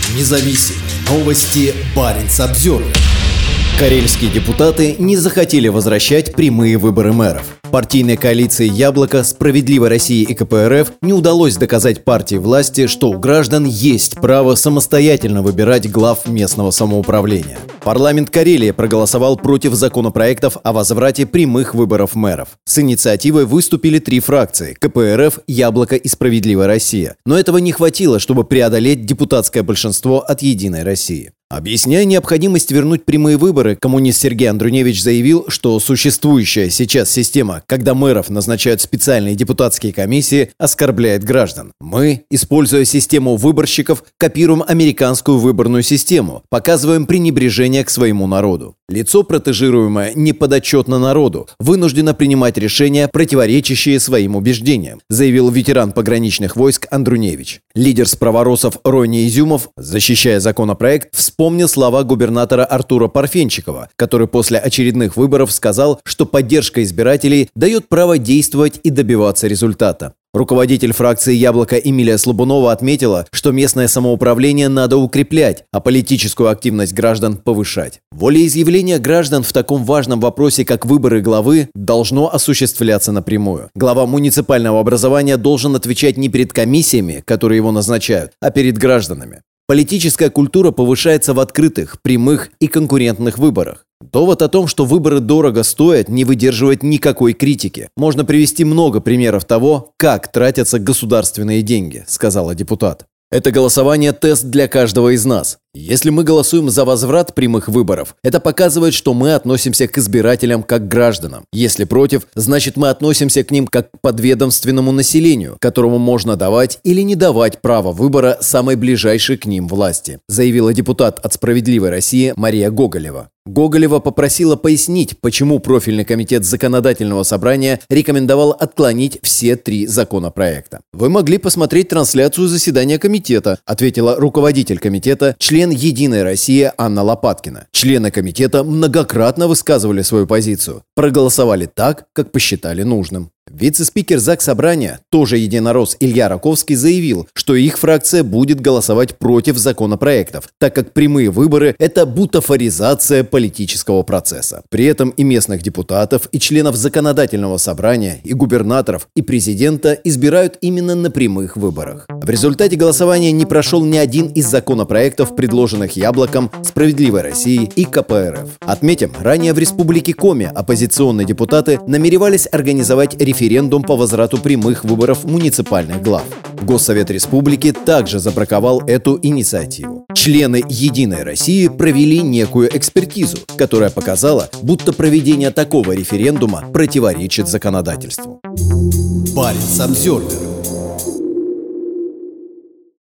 независим. Новости Баренц-Обзервер. Карельские депутаты не захотели возвращать прямые выборы мэров. Партийной коалиции «Яблоко», «Справедливой России» и КПРФ не удалось доказать партии власти, что у граждан есть право самостоятельно выбирать глав местного самоуправления. Парламент Карелии проголосовал против законопроектов о возврате прямых выборов мэров. С инициативой выступили 3 фракции – КПРФ, «Яблоко» и «Справедливая Россия». Но этого не хватило, чтобы преодолеть депутатское большинство от «Единой России». Объясняя необходимость вернуть прямые выборы, коммунист Сергей Андруневич заявил, что существующая сейчас система, когда мэров назначают специальные депутатские комиссии, оскорбляет граждан. Мы, используя систему выборщиков, копируем американскую выборную систему, показываем пренебрежение к своему народу. Лицо, протежируемое не подотчетно народу, вынуждено принимать решения, противоречащие своим убеждениям, заявил ветеран пограничных войск Андруневич. Лидер справоросов Ронни Изюмов, защищая законопроект, вспомнил слова губернатора Артура Парфенчикова, который после очередных выборов сказал, что поддержка избирателей дает право действовать и добиваться результата. Руководитель фракции «Яблоко» Эмилия Слабунова отметила, что местное самоуправление надо укреплять, а политическую активность граждан повышать. Волеизъявление граждан в таком важном вопросе, как выборы главы, должно осуществляться напрямую. Глава муниципального образования должен отвечать не перед комиссиями, которые его назначают, а перед гражданами. Политическая культура повышается в открытых, прямых и конкурентных выборах. Довод о том, что выборы дорого стоят, не выдерживает никакой критики. Можно привести много примеров того, как тратятся государственные деньги, сказала депутат. Это голосование – тест для каждого из нас. Если мы голосуем за возврат прямых выборов, это показывает, что мы относимся к избирателям как к гражданам. Если против, значит мы относимся к ним как к подведомственному населению, которому можно давать или не давать право выбора самой ближайшей к ним власти, заявила депутат от «Справедливой России» Мария Гоголева. Гоголева попросила пояснить, почему профильный комитет законодательного собрания рекомендовал отклонить все 3 законопроекта. «Вы могли посмотреть трансляцию заседания комитета», ответила руководитель комитета, член «Единой России» Анна Лопаткина. Члены комитета многократно высказывали свою позицию, проголосовали так, как посчитали нужным. Вице-спикер Заксобрания, тоже единорос Илья Раковский, заявил, что их фракция будет голосовать против законопроектов, так как прямые выборы – это бутафоризация политического процесса. При этом и местных депутатов, и членов законодательного собрания, и губернаторов, и президента избирают именно на прямых выборах. В результате голосования не прошел ни один из законопроектов, предложенных «Яблоком», «Справедливой Россией» и КПРФ. Отметим, ранее в Республике Коми оппозиционные депутаты намеревались организовать референдум по возврату прямых выборов муниципальных глав. Госсовет Республики также забраковал эту инициативу. Члены «Единой России» провели некую экспертизу, которая показала, будто проведение такого референдума противоречит законодательству. Баренц-Обзервер.